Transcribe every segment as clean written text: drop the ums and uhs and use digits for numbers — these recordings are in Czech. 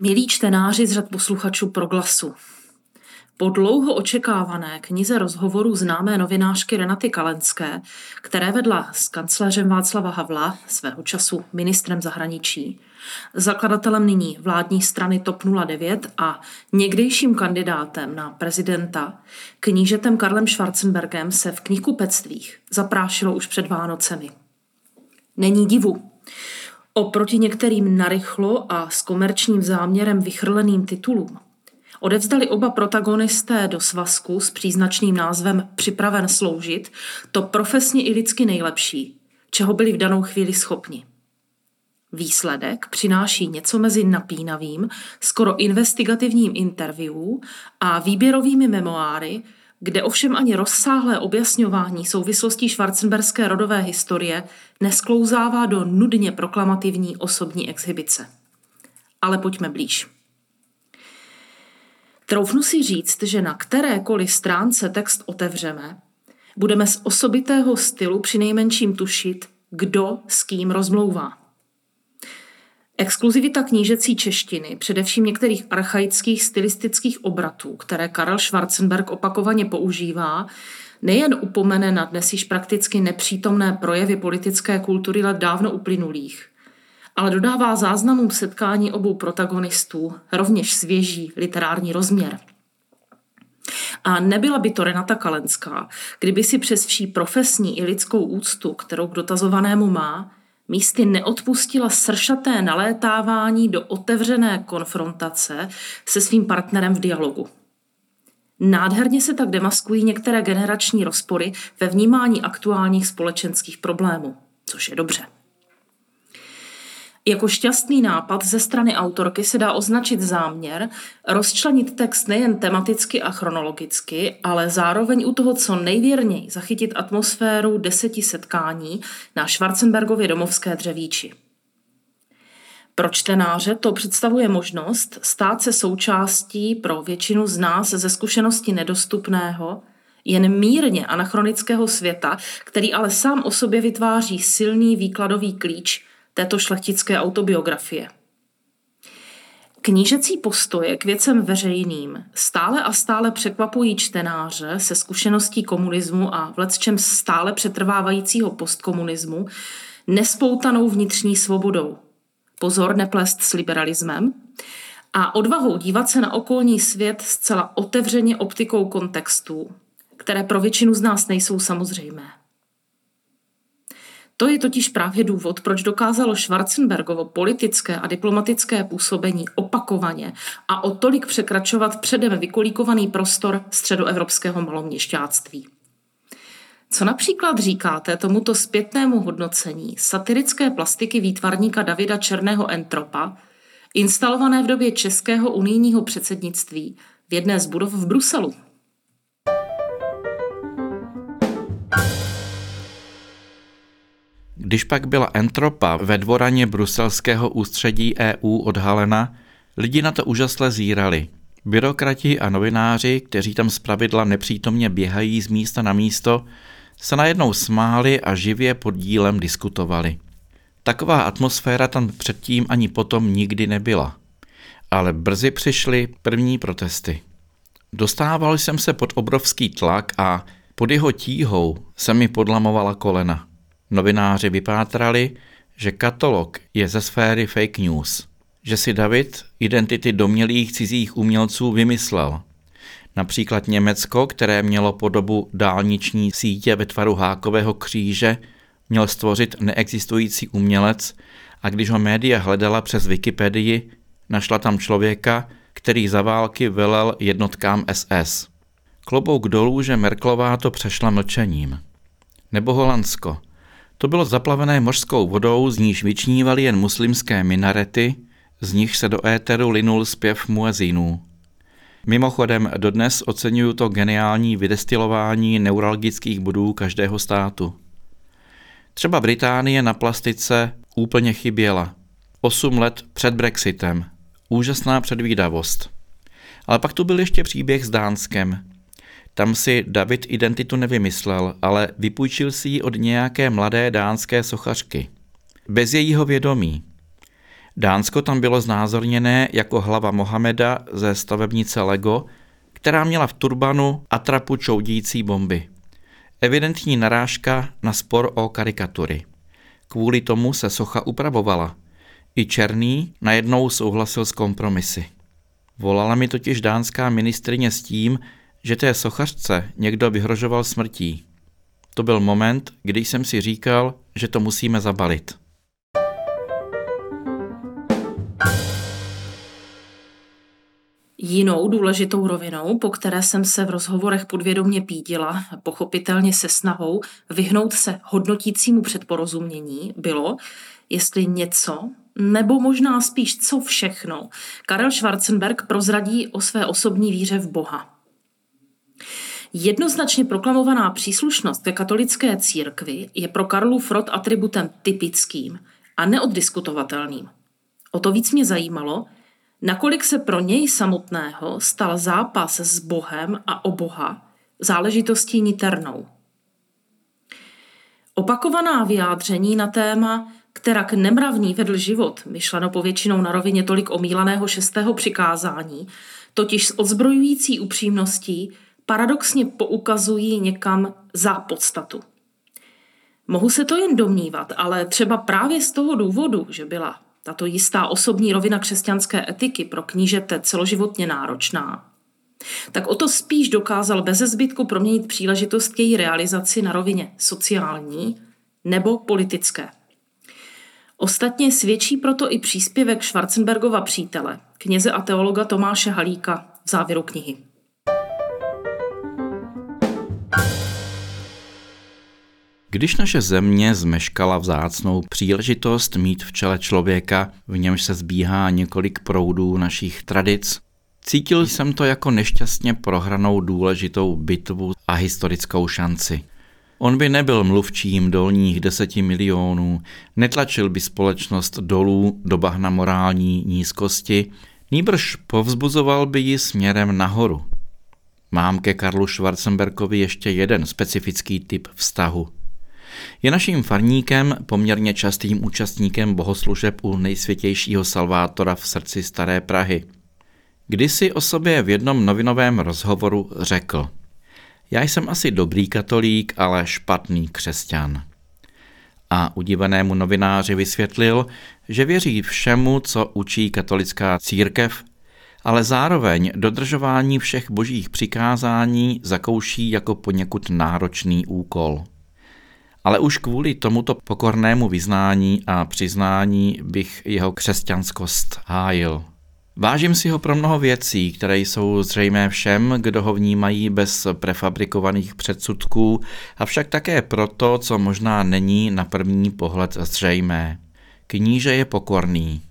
Milí čtenáři z řad posluchačů Proglasu, po dlouho očekávané knize rozhovorů známé novinářky Renaty Kalenské, které vedla s kancléřem Václava Havla, svého času ministrem zahraničí, zakladatelem nyní vládní strany TOP 09 a někdejším kandidátem na prezidenta, knížetem Karlem Schwarzenbergem, se v knihkupectvích zaprášilo už před Vánocemi. Není divu. Oproti některým narychlo a s komerčním záměrem vychrleným titulům odevzdali oba protagonisté do svazku s příznačným názvem Připraven sloužit to profesně i lidsky nejlepší, čeho byli v danou chvíli schopni. Výsledek přináší něco mezi napínavým, skoro investigativním interview a výběrovými memoáry, kde ovšem ani rozsáhlé objasňování souvislostí schwarzenberské rodové historie nesklouzává do nudně proklamativní osobní exhibice. Ale pojďme blíž. Troufnu si říct, že na kterékoliv stránce text otevřeme, budeme z osobitého stylu přinejmenším tušit, kdo s kým rozmlouvá. Exkluzivita knížecí češtiny, především některých archaických stylistických obratů, které Karel Schwarzenberg opakovaně používá, nejen upomene na dnes již prakticky nepřítomné projevy politické kultury let dávno uplynulých, ale dodává záznamům setkání obou protagonistů rovněž svěží literární rozměr. A nebyla by to Renata Kalenská, kdyby si přes vší profesní i lidskou úctu, kterou k dotazovanému má, místy neodpustila sršaté nalétávání do otevřené konfrontace se svým partnerem v dialogu. Nádherně se tak demaskují některé generační rozpory ve vnímání aktuálních společenských problémů, což je dobře. Jako šťastný nápad ze strany autorky se dá označit záměr rozčlenit text nejen tematicky a chronologicky, ale zároveň u toho co nejvěrněji zachytit atmosféru 10 setkání na Schwarzenbergově domovské Dřevíči. Pro čtenáře to představuje možnost stát se součástí pro většinu z nás ze zkušenosti nedostupného, jen mírně anachronického světa, který ale sám o sobě vytváří silný výkladový klíč této šlechtické autobiografie. Knížecí postoje k věcem veřejným stále a stále překvapují čtenáře se zkušeností komunismu a v lecčem stále přetrvávajícího postkomunismu nespoutanou vnitřní svobodou. Pozor, neplést s liberalismem. A odvahou dívat se na okolní svět zcela otevřeně optikou kontextů, které pro většinu z nás nejsou samozřejmé. To je totiž právě důvod, proč dokázalo Schwarzenbergovo politické a diplomatické působení opakovaně a o tolik překračovat předem vykolíkovaný prostor středoevropského maloměšťáctví. Co například říkáte tomuto zpětnému hodnocení satirické plastiky výtvarníka Davida Černého Entropa, instalované v době českého unijního předsednictví v jedné z budov v Bruselu? Když pak byla Entropa ve dvoraně bruselského ústředí EU odhalena, lidi na to úžasle zírali. Byrokrati a novináři, kteří tam zpravidla nepřítomně běhají z místa na místo, se najednou smáli a živě pod dílem diskutovali. Taková atmosféra tam předtím ani potom nikdy nebyla. Ale brzy přišly první protesty. Dostával jsem se pod obrovský tlak a pod jeho tíhou se mi podlamovala kolena. Novináři vypátrali, že katalog je ze sféry fake news, že si David identity domnělých cizích umělců vymyslel. Například Německo, které mělo podobu dálniční sítě ve tvaru hákového kříže, měl stvořit neexistující umělec a když ho média hledala přes Wikipedii, našla tam člověka, který za války velel jednotkám SS. Klobouk dolů, že Merkelová to přešla mlčením. Nebo Holandsko. To bylo zaplavené mořskou vodou, z níž vyčnívaly jen muslimské minarety, z nich se do éteru linul zpěv muezínů. Mimochodem dodnes oceňuju to geniální vydestilování neuralgických bodů každého státu. Třeba Británie na plastice úplně chyběla. 8 let před Brexitem. Úžasná předvídavost. Ale pak tu byl ještě příběh s Dánskem. Tam si David identitu nevymyslel, ale vypůjčil si ji od nějaké mladé dánské sochařky. Bez jejího vědomí. Dánsko tam bylo znázorněné jako hlava Mohameda ze stavebnice Lego, která měla v turbanu atrapu čoudící bomby. Evidentní narážka na spor o karikatury. Kvůli tomu se socha upravovala. I Černý najednou souhlasil s kompromisy. Volala mi totiž dánská ministryně s tím, že té sochařce někdo vyhrožoval smrtí. To byl moment, kdy jsem si říkal, že to musíme zabalit. Jinou důležitou rovinou, po které jsem se v rozhovorech podvědomě pídila, pochopitelně se snahou vyhnout se hodnotícímu předporozumění, bylo, jestli něco, nebo možná spíš co všechno, Karel Schwarzenberg prozradí o své osobní víře v Boha. Jednoznačně proklamovaná příslušnost ke katolické církvi je pro Karlův rod atributem typickým a neoddiskutovatelným. O to víc mě zajímalo, nakolik se pro něj samotného stal zápas s Bohem a o Boha záležitostí niternou. Opakovaná vyjádření na téma, kterak nemravný vedl život, myšleno povětšinou na rovině tolik omílaného 6. přikázání, totiž s odzbrojující upřímností paradoxně poukazují někam za podstatu. Mohu se to jen domnívat, ale třeba právě z toho důvodu, že byla tato jistá osobní rovina křesťanské etiky pro knížete celoživotně náročná, tak o to spíš dokázal beze zbytku proměnit příležitost k její realizaci na rovině sociální nebo politické. Ostatně svědčí proto i příspěvek Schwarzenbergova přítele, kněze a teologa Tomáše Halíka v závěru knihy. Když naše země zmeškala vzácnou příležitost mít v čele člověka, v němž se sbíhá několik proudů našich tradic, cítil jsem to jako nešťastně prohranou důležitou bitvu a historickou šanci. On by nebyl mluvčím dolních 10 milionů, netlačil by společnost dolů do bahna morální nízkosti, nýbrž povzbuzoval by ji směrem nahoru. Mám ke Karlu Schwarzenbergovi ještě jeden specifický typ vztahu. Je naším farníkem, poměrně častým účastníkem bohoslužeb u Nejsvětějšího Salvátora v srdci Staré Prahy. Kdysi o sobě v jednom novinovém rozhovoru řekl: já jsem asi dobrý katolík, ale špatný křesťan. A udivenému novináři vysvětlil, že věří všemu, co učí katolická církev, ale zároveň dodržování všech božích přikázání zakouší jako poněkud náročný úkol. Ale už kvůli tomuto pokornému vyznání a přiznání bych jeho křesťanskost hájil. Vážím si ho pro mnoho věcí, které jsou zřejmé všem, kdo ho vnímají bez prefabrikovaných předsudků, avšak také proto, co možná není na první pohled zřejmé. Kníže je pokorný.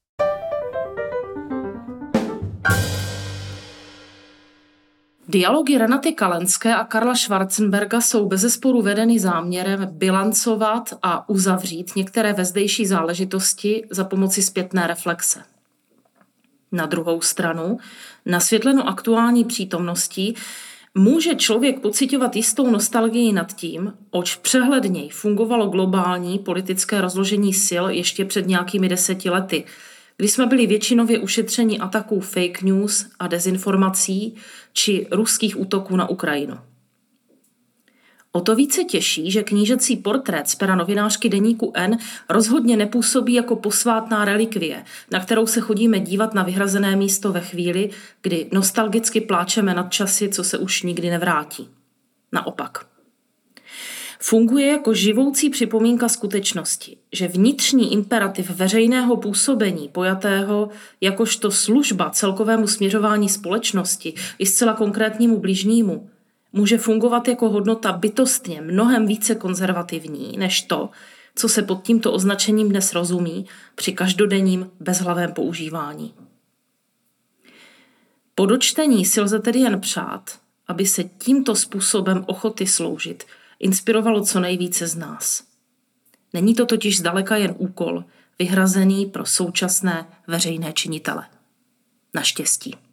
Dialogy Renaty Kalenské a Karla Schwarzenberga jsou bezesporu vedeny záměrem bilancovat a uzavřít některé vezdejší záležitosti za pomoci zpětné reflexe. Na druhou stranu, nasvětleno aktuální přítomností, může člověk pociťovat jistou nostalgii nad tím, oč přehledněji fungovalo globální politické rozložení sil ještě před nějakými 10 lety, kdy jsme byli většinově ušetřeni ataků fake news a dezinformací či ruských útoků na Ukrajinu. O to více těší, že knížecí portrét z pera novinářky deníku N rozhodně nepůsobí jako posvátná relikvie, na kterou se chodíme dívat na vyhrazené místo ve chvíli, kdy nostalgicky pláčeme nad časy, co se už nikdy nevrátí. Naopak. Funguje jako živoucí připomínka skutečnosti, že vnitřní imperativ veřejného působení, pojatého jakožto služba celkovému směřování společnosti i zcela konkrétnímu bližnímu, může fungovat jako hodnota bytostně mnohem více konzervativní než to, co se pod tímto označením dnes rozumí při každodenním bezhlavém používání. Po dočtení si lze tedy jen přát, aby se tímto způsobem ochoty sloužit inspirovalo co nejvíce z nás. Není to totiž zdaleka jen úkol vyhrazený pro současné veřejné činitele. Naštěstí.